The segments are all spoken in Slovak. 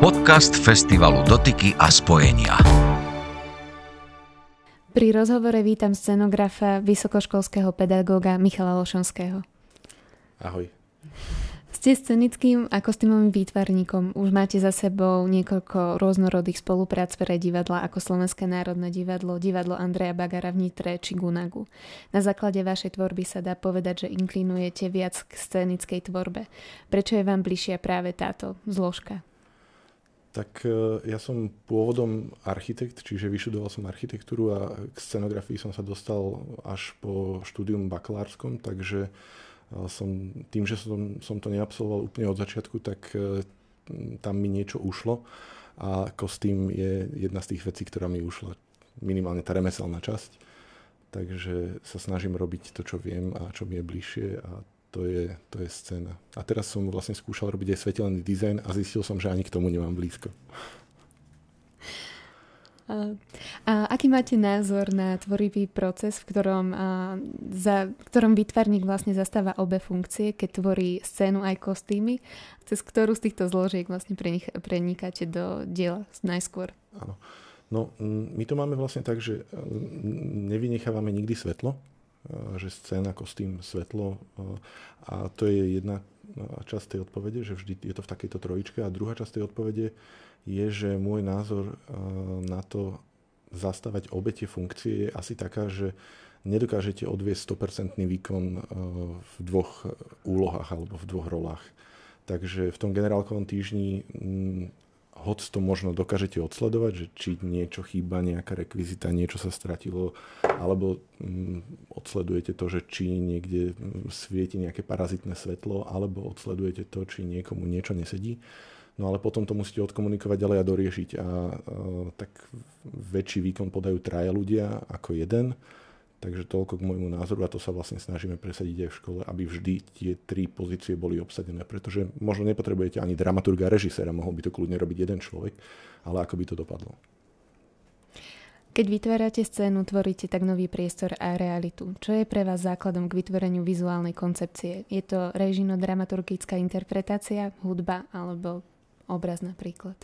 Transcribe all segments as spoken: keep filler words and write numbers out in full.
Podcast festivalu Dotyky a spojenia. Pri rozhovore vítam scenografa, vysokoškolského pedagóga Michala Lošonského. Ahoj. Ste scenickým a kostýmovým výtvarníkom. Už máte za sebou niekoľko rôznorodých spoluprác pre divadla ako Slovenské národné divadlo, divadlo Andreja Bagara v Nitre či Gunagu. Na základe vašej tvorby sa dá povedať, že inklinujete viac k scenickej tvorbe. Prečo je vám bližšia práve táto zložka? Tak ja som pôvodom architekt, čiže vyštudoval som architektúru a k scenografii som sa dostal až po štúdium bakalárskom, takže som, tým, že som, som to neabsolvoval úplne od začiatku, tak tam mi niečo ušlo a kostým je jedna z tých vecí, ktorá mi ušla, minimálne tá remeselná časť. Takže sa snažím robiť to, čo viem a čo mi je bližšie a To je, to je scéna. A teraz som vlastne skúšal robiť aj svetelný dizajn a zistil som, že ani k tomu nemám blízko. A, a aký máte názor na tvorivý proces, v ktorom, a, za, v ktorom výtvarník vlastne zastáva obe funkcie, keď tvorí scénu aj kostýmy, cez ktorú z týchto zložiek vlastne prenikáte do diela najskôr? Áno. No, my to máme vlastne tak, že nevynechávame nikdy svetlo, že scéna, kostým, svetlo a to je jedna časť tej odpovede, že vždy je to v takejto trojičke a druhá časť tej odpovede je, že môj názor na to zastávať obe tie funkcie je asi taká, že nedokážete odviesť sto percent výkon v dvoch úlohách alebo v dvoch rolách. Takže v tom generálkovom týždni hoď to možno dokážete odsledovať, že či niečo chýba, nejaká rekvizita, niečo sa stratilo, alebo mm, odsledujete to, že či niekde svieti nejaké parazitné svetlo, alebo odsledujete to, či niekomu niečo nesedí. No ale potom to musíte odkomunikovať ďalej a doriešiť. A, a tak väčší výkon podajú traja ľudia ako jeden. Takže toľko k môjmu názoru a to sa vlastne snažíme presadiť aj v škole, aby vždy tie tri pozície boli obsadené, pretože možno nepotrebujete ani dramaturga a režiséra, mohol by to kľudne robiť jeden človek, ale ako by to dopadlo. Keď vytvárate scénu, tvoríte tak nový priestor a realitu. Čo je pre vás základom k vytvoreniu vizuálnej koncepcie? Je to režijno-dramaturgická interpretácia, hudba alebo obraz napríklad?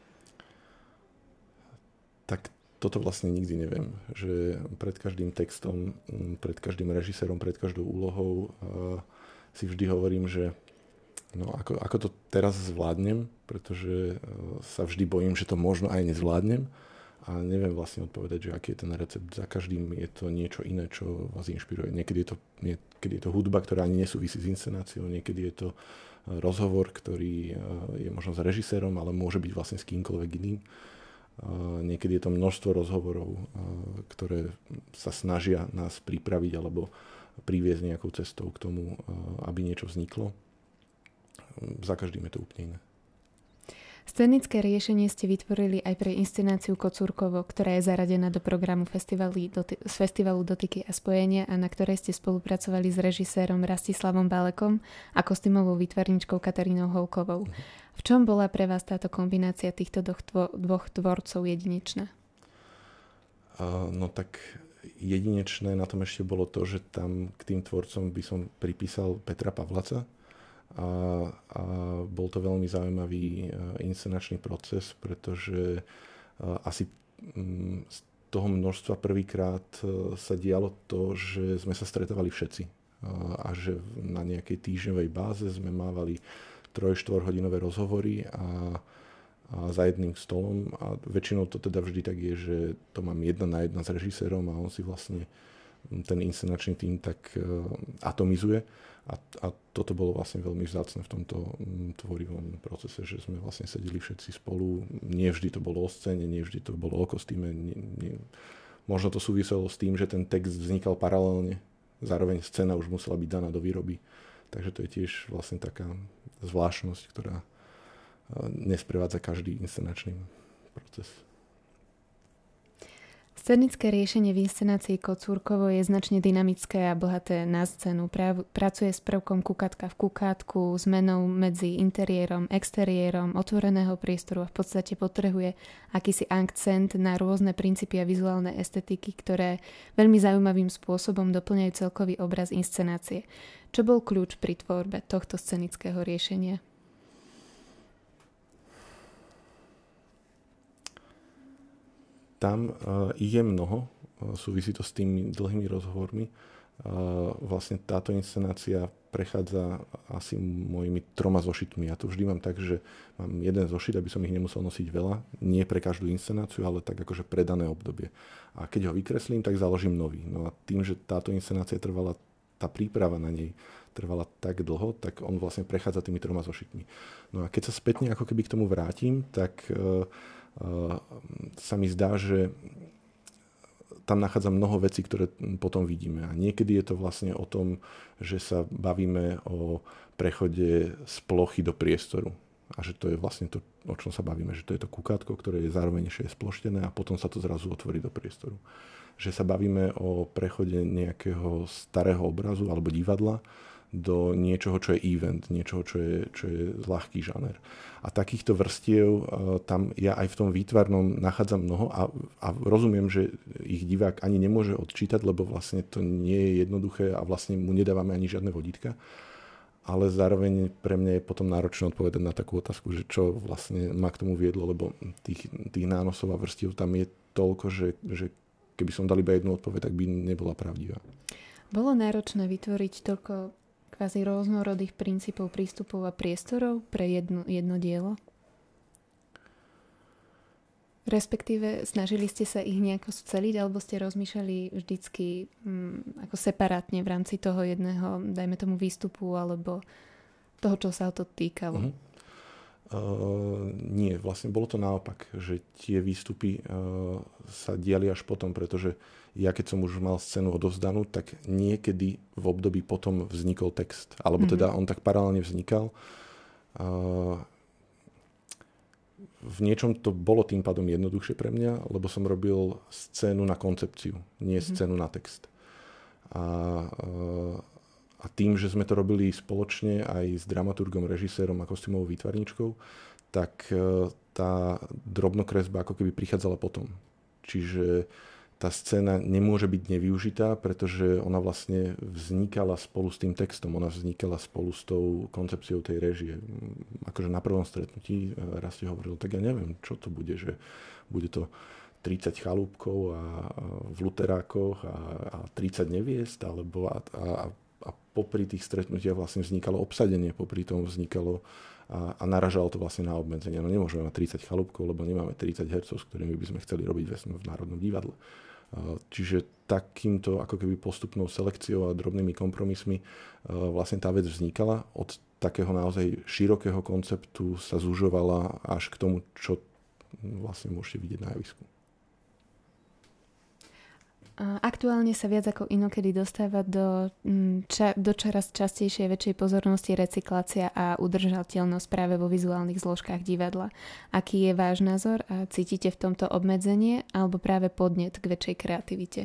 Tak toto vlastne nikdy neviem, že pred každým textom, pred každým režisérom, pred každou úlohou uh, si vždy hovorím, že no ako, ako to teraz zvládnem, pretože uh, sa vždy bojím, že to možno aj nezvládnem a neviem vlastne odpovedať, že aký je ten recept. Za každým je to niečo iné, čo vás inšpiruje. Niekedy je to, niekedy je to hudba, ktorá ani nesúvisí s inscenáciou, niekedy je to rozhovor, ktorý uh, je možno s režisérom, ale môže byť vlastne s kýmkoľvek iným. Niekedy je to množstvo rozhovorov, ktoré sa snažia nás pripraviť alebo priviesť nejakou cestou k tomu, aby niečo vzniklo. Za každým je to úplne iné. Scenické riešenie ste vytvorili aj pre inscenáciu Kocúrkovo, ktorá je zaradená do programu festivalu, doty, z festivalu Dotyky a spojenia a na ktorej ste spolupracovali s režisérom Rastislavom Balekom a kostýmovou výtvarničkou Katarínou Holkovou. V čom bola pre vás táto kombinácia týchto dvoch tvorcov jedinečná? Uh, no tak jedinečné na tom ešte bolo to, že tam k tým tvorcom by som pripísal Petra Pavlaca. A, a bol to veľmi zaujímavý inscenačný proces, pretože asi z toho množstva prvýkrát sa dialo to, že sme sa stretávali všetci a že na nejakej týždňovej báze sme mávali troj-štvorhodinové rozhovory a, a za jedným stolom a väčšinou to teda vždy tak je, že to mám jedna na jedna s režisérom a on si vlastne ten inscenačný tým tak atomizuje. A, a toto bolo vlastne veľmi vzácne v tomto tvorivom procese, že sme vlastne sedeli všetci spolu. Nie vždy to bolo o scéne, nie vždy to bolo o kostýme. Nie, nie. Možno to súviselo s tým, že ten text vznikal paralelne. Zároveň scéna už musela byť daná do výroby. Takže to je tiež vlastne taká zvláštnosť, ktorá nesprevádza každý inscenačný proces. Scenické riešenie v inscenácii Kocúrkovo je značne dynamické a bohaté na scénu. Pracuje s prvkom kukatka v kukátku, zmenou medzi interiérom, exteriérom, otvoreného priestoru a v podstate podtrhuje akýsi akcent na rôzne princípy a vizuálne estetiky, ktoré veľmi zaujímavým spôsobom doplňajú celkový obraz inscenácie. Čo bol kľúč pri tvorbe tohto scenického riešenia? tam ich je mnoho, súvisí to s tými dlhými rozhovormi. Vlastne táto inscenácia prechádza asi mojimi troma zošitmi. Ja to vždy mám tak, že mám jeden zošit, aby som ich nemusel nosiť veľa. Nie pre každú inscenáciu, ale tak akože pre dané obdobie. A keď ho vykreslím, tak založím nový. No a tým, že táto inscenácia trvala, tá príprava na nej trvala tak dlho, tak on vlastne prechádza tými troma zošitmi. No a keď sa spätne ako keby k tomu vrátim, tak uh, uh, sa mi zdá, že tam nachádzam mnoho vecí, ktoré potom vidíme. A niekedy je to vlastne o tom, že sa bavíme o prechode z plochy do priestoru. A že to je vlastne to, o čom sa bavíme. Že to je to kukátko, ktoré je zároveň ešte sploštené a potom sa to zrazu otvorí do priestoru. Že sa bavíme o prechode nejakého starého obrazu alebo divadla do niečoho, čo je event, niečoho, čo je, čo je ľahký žáner. A takýchto vrstiev tam ja aj v tom výtvarnom nachádzam mnoho a, a rozumiem, že ich divák ani nemôže odčítať, lebo vlastne to nie je jednoduché a vlastne mu nedávame ani žiadne vodítka. Ale zároveň pre mňa je potom náročné odpovedať na takú otázku, že čo vlastne ma k tomu viedlo, lebo tých, tých nánosov a vrstiev tam je toľko, že, že keby som dal iba jednu odpoveď, tak by nebola pravdivá. Bolo náročné vytvoriť toľko kvázi rôznorodých princípov, prístupov a priestorov pre jedno, jedno dielo? Respektíve snažili ste sa ich nejako sceliť, alebo ste rozmýšľali vždycky hm, ako separátne v rámci toho jedného, dajme tomu výstupu, alebo toho, čo sa o to týkalo? Uh-huh. Uh, nie, vlastne bolo to naopak, že tie výstupy uh, sa diali až potom, pretože ja keď som už mal scénu odovzdanú, tak niekedy v období potom vznikol text. Alebo mm-hmm. teda on tak paralelne vznikal. Uh, v niečom to bolo tým pádom jednoduchšie pre mňa, lebo som robil scénu na koncepciu, nie mm-hmm. scénu na text. A, uh, a tým, že sme to robili spoločne aj s dramaturgom, režisérom a kostýmovou výtvarníčkou, tak uh, tá drobnokresba ako keby prichádzala potom. Čiže tá scéna nemôže byť nevyužitá, pretože ona vlastne vznikala spolu s tým textom, ona vznikala spolu s tou koncepciou tej réžie. Akože na prvom stretnutí raz ti hovoril, tak ja neviem, čo to bude, že bude to tridsať chalúbkov a, a v luterákoch a, a tridsať neviest, alebo a, a, a popri tých stretnutiach vlastne vznikalo obsadenie, popri tom vznikalo a, a naražalo to vlastne na obmedzenie. No nemôžeme mať tridsať chalúbkov, lebo nemáme tridsať hercov, s ktorými by sme chceli robiť v Národnom divadle. Čiže takýmto ako keby postupnou selekciou a drobnými kompromismi vlastne tá vec vznikala. Od takého naozaj širokého konceptu sa zužovala až k tomu, čo vlastne môžete vidieť na javisku. Aktuálne sa viac ako inokedy dostáva do, ča, do čoraz častejšej väčšej pozornosti recyklácia a udržateľnosť práve vo vizuálnych zložkách divadla. Aký je váš názor a cítite v tomto obmedzenie alebo práve podnet k väčšej kreativite?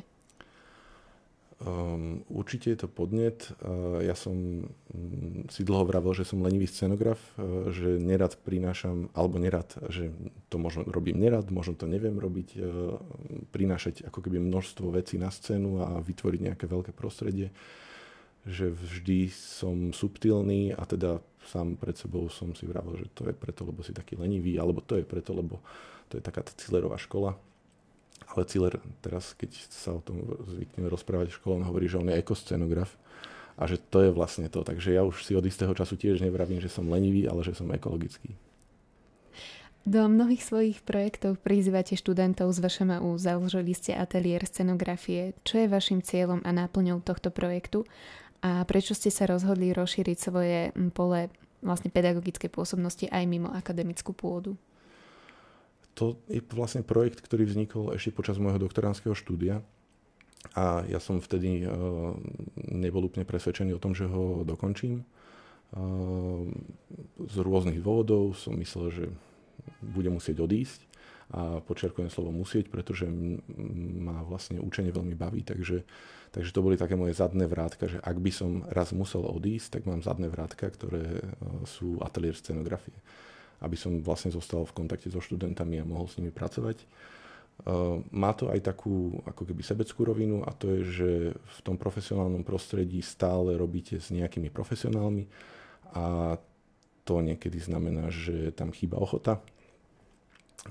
Um, určite je to podnet. Uh, ja som um, si dlho vravel, že som lenivý scenograf, uh, že nerad prinášam, alebo nerad, že to možno robím nerad, možno to neviem robiť, uh, prinášať ako keby množstvo vecí na scénu a vytvoriť nejaké veľké prostredie. Že vždy som subtilný a teda sám pred sebou som si vravel, že to je preto, lebo si taký lenivý, alebo to je preto, lebo to je taká tá Cillerová škola. Ale Ciller teraz, keď sa o tom zvykneme rozprávať v škole, on hovorí, že on je ekoscenograf a že to je vlastne to. Takže ja už si od istého času tiež nevravím, že som lenivý, ale že som ekologický. Do mnohých svojich projektov prizývate študentov z vé š em ú, založili ste ateliér scenografie. Čo je vašim cieľom a náplňou tohto projektu? A prečo ste sa rozhodli rozšíriť svoje pole vlastne pedagogickej pôsobnosti aj mimo akademickú pôdu? To je vlastne projekt, ktorý vznikol ešte počas môjho doktoránskeho štúdia a ja som vtedy uh, nebol úplne presvedčený o tom, že ho dokončím. Uh, z rôznych dôvodov som myslel, že budem musieť odísť a podčiarkujem slovo musieť, pretože ma vlastne učenie veľmi baví, takže, takže to boli také moje zadné vrátka, že ak by som raz musel odísť, tak mám zadné vrátka, ktoré uh, sú ateliér scenografie, aby som vlastne zostal v kontakte so študentami a mohol s nimi pracovať. Uh, má to aj takú ako keby sebeckú rovinu a to je, že v tom profesionálnom prostredí stále robíte s nejakými profesionálmi a to niekedy znamená, že tam chýba ochota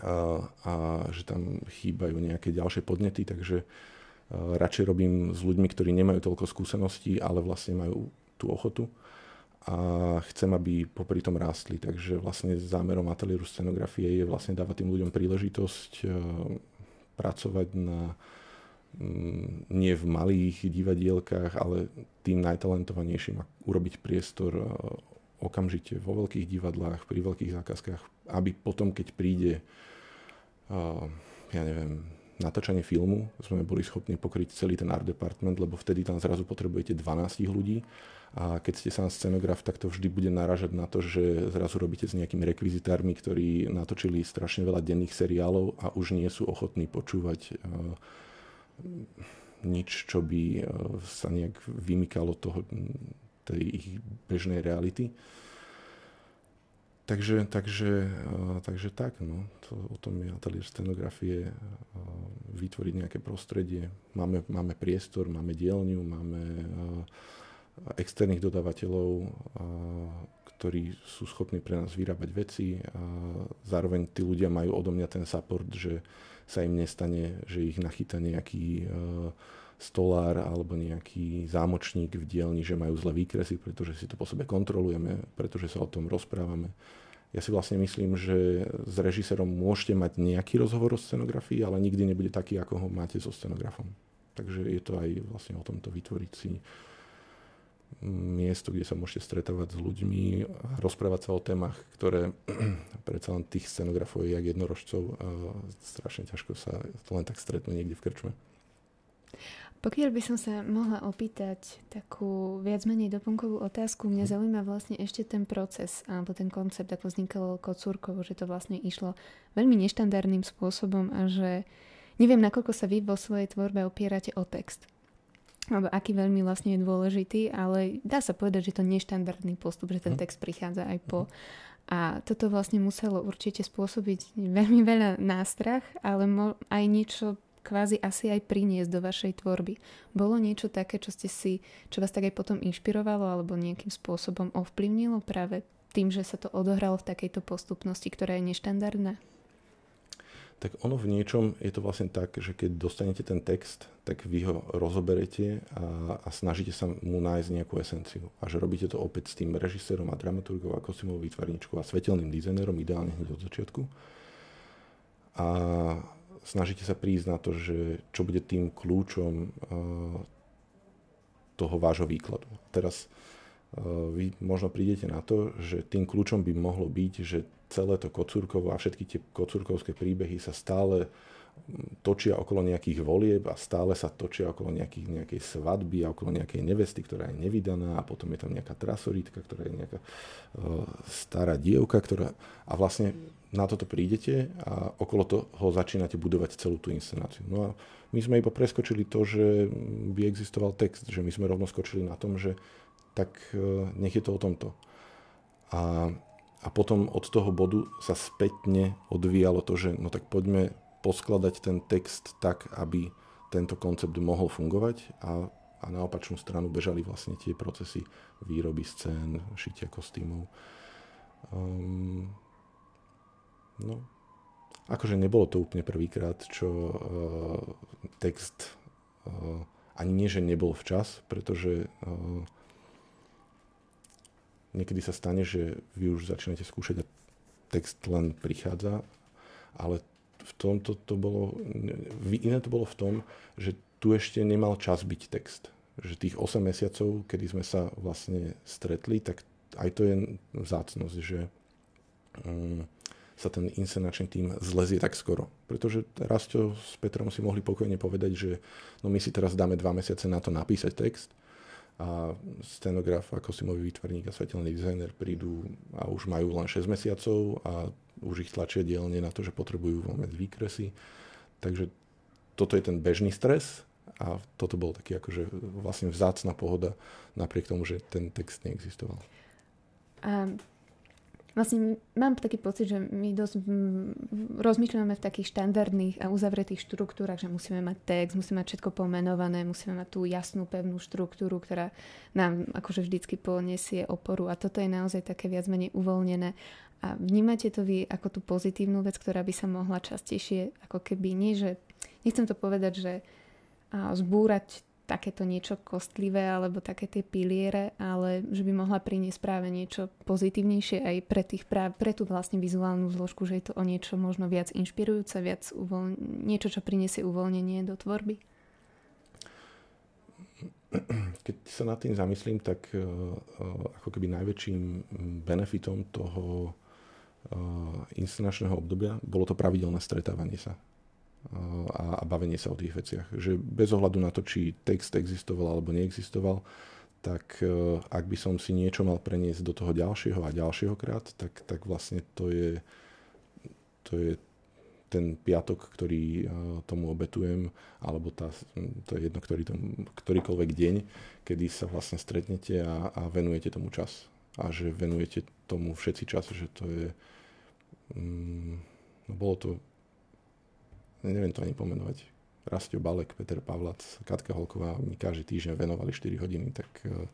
a že tam chýbajú nejaké ďalšie podnety, takže radšej robím s ľuďmi, ktorí nemajú toľko skúseností, ale vlastne majú tú ochotu a chcem, aby popri tom rástli. Takže vlastne zámerom ateliéru scenografie je vlastne dávať tým ľuďom príležitosť pracovať na nie v malých divadielkách, ale tým najtalentovanejším a urobiť priestor okamžite vo veľkých divadlách, pri veľkých zákazkách, aby potom, keď príde ja neviem, natáčanie filmu, sme boli schopní pokryť celý ten art department, lebo vtedy tam zrazu potrebujete dvanásť ľudí a keď ste sám scenograf, tak to vždy bude narážať na to, že zrazu robíte s nejakými rekvizitármi, ktorí natočili strašne veľa denných seriálov a už nie sú ochotní počúvať nič, čo by sa nejak vymykalo toho, tej ich bežnej reality. Takže, takže, takže tak, no. To, o tom je ateliér scenografie, vytvoriť nejaké prostredie. Máme, máme priestor, máme dielňu, máme externých dodávateľov, ktorí sú schopní pre nás vyrábať veci a zároveň tí ľudia majú odo mňa ten support, že sa im nestane, že ich nachyta nejaký stolár alebo nejaký zámočník v dielni, že majú zlé výkresy, pretože si to po sebe kontrolujeme, pretože sa o tom rozprávame. Ja si vlastne myslím, že s režisérom môžete mať nejaký rozhovor o scenografii, ale nikdy nebude taký, ako ho máte so scenografom. Takže je to aj vlastne o tomto vytvoriť si miesto, kde sa môžete stretávať s ľuďmi a rozprávať sa o témach, ktoré predsa len tých scenografov je jak jednorožcov a strašne ťažko sa to len tak stretnú niekde v krčme. Pokiaľ by som sa mohla opýtať takú viac menej doplnkovú otázku, mňa zaujíma vlastne ešte ten proces alebo ten koncept, ako vznikalo Kocúrkovo, že to vlastne išlo veľmi neštandardným spôsobom a že neviem, nakoľko sa vy vo svojej tvorbe opierate o text. Alebo aký veľmi vlastne je dôležitý, ale dá sa povedať, že to neštandardný postup, že ten text prichádza aj po. A toto vlastne muselo určite spôsobiť veľmi veľa nástrah, ale mo- aj niečo kvázi asi aj priniesť do vašej tvorby. Bolo niečo také, čo ste si, čo vás tak aj potom inšpirovalo alebo nejakým spôsobom ovplyvnilo práve tým, že sa to odohralo v takejto postupnosti, ktorá je neštandardná? Tak ono v niečom je to vlastne tak, že keď dostanete ten text, tak vy ho rozoberete a, a snažíte sa mu nájsť nejakú esenciu. A že robíte to opäť s tým režisérom a dramaturgom a kostýmovou výtvarníčkou a svetelným dizajnerom, ideálne hneď od začiatku. A snažíte sa prísť na to, že čo bude tým kľúčom uh, toho vášho výkladu. Teraz uh, vy možno prídete na to, že tým kľúčom by mohlo byť, že celé to Kocúrkovo a všetky tie kocúrkovské príbehy sa stále točia okolo nejakých volieb a stále sa točia okolo nejakých, nejakej svadby a okolo nejakej nevesty, ktorá je nevydaná a potom je tam nejaká trasorítka, ktorá je nejaká uh, stará dievka, ktorá... A vlastne na toto prídete a okolo toho začínate budovať celú tú inscenáciu. No a my sme iba preskočili to, že by existoval text, že my sme rovno skočili na tom, že tak uh, nech je to o tomto. A A potom od toho bodu sa spätne odvíjalo to, že no tak poďme poskladať ten text tak, aby tento koncept mohol fungovať a, a na opačnú stranu bežali vlastne tie procesy výroby scén, šitia kostýmov. Um, no, akože nebolo to úplne prvýkrát, čo uh, text uh, ani nie, že nebol včas, pretože uh, niekedy sa stane, že vy už začínate skúšať a text len prichádza, ale v tomto to bolo, iné to bolo v tom, že tu ešte nemal čas byť text. Že tých osem mesiacov, kedy sme sa vlastne stretli, tak aj to je vzácnosť, že um, sa ten inscenačný tím zlezie tak skoro. Pretože Rasťo s Petrom si mohli pokojne povedať, že no my si teraz dáme dva mesiace na to napísať text, a scenograf a kostýmový výtvarník a svetelný dizajner prídu a už majú len šesť mesiacov a už ich tlačia dielne na to, že potrebujú vôbec výkresy. Takže toto je ten bežný stres a toto bol taký akože vlastne vzácna pohoda napriek tomu, že ten text neexistoval. A Vlastne mám taký pocit, že my dosť rozmýšľame v takých štandardných a uzavretých štruktúrach, že musíme mať text, musíme mať všetko pomenované, musíme mať tú jasnú, pevnú štruktúru, ktorá nám akože vždycky poniesie oporu. A toto je naozaj také viac menej uvoľnené. A vnímate to vy ako tú pozitívnu vec, ktorá by sa mohla častejšie, ako keby nie, že nechcem to povedať, že zbúrať takéto niečo kostlivé alebo také tie piliere, ale že by mohla priniesť práve niečo pozitívnejšie aj pre, tých práv, pre tú vlastne vizuálnu zložku, že je to o niečo možno viac inšpirujúce, viac uvoľ... niečo, čo priniesie uvoľnenie do tvorby? Keď sa nad tým zamyslím, tak uh, ako keby najväčším benefitom toho uh, inscenačného obdobia bolo to pravidelné stretávanie sa a bavenie sa o tých veciach. Že bez ohľadu na to, či text existoval alebo neexistoval, tak ak by som si niečo mal preniesť do toho ďalšieho a ďalšieho krát, tak, tak vlastne to je, to je ten piatok, ktorý tomu obetujem, alebo tá, to je jedno, ktorý tom, ktorýkoľvek deň, kedy sa vlastne stretnete a, a venujete tomu čas. A že venujete tomu všetci čas, že to je... Mm, no bolo to neviem to ani pomenovať. Rastio Balek, Peter Pavlac, Katka Holková mi každý týždeň venovali štyri hodiny, tak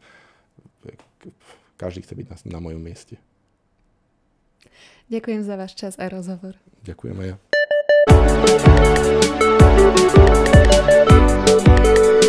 každý chce byť na, na mojom mieste. Ďakujem za váš čas a rozhovor. Ďakujem aj ja.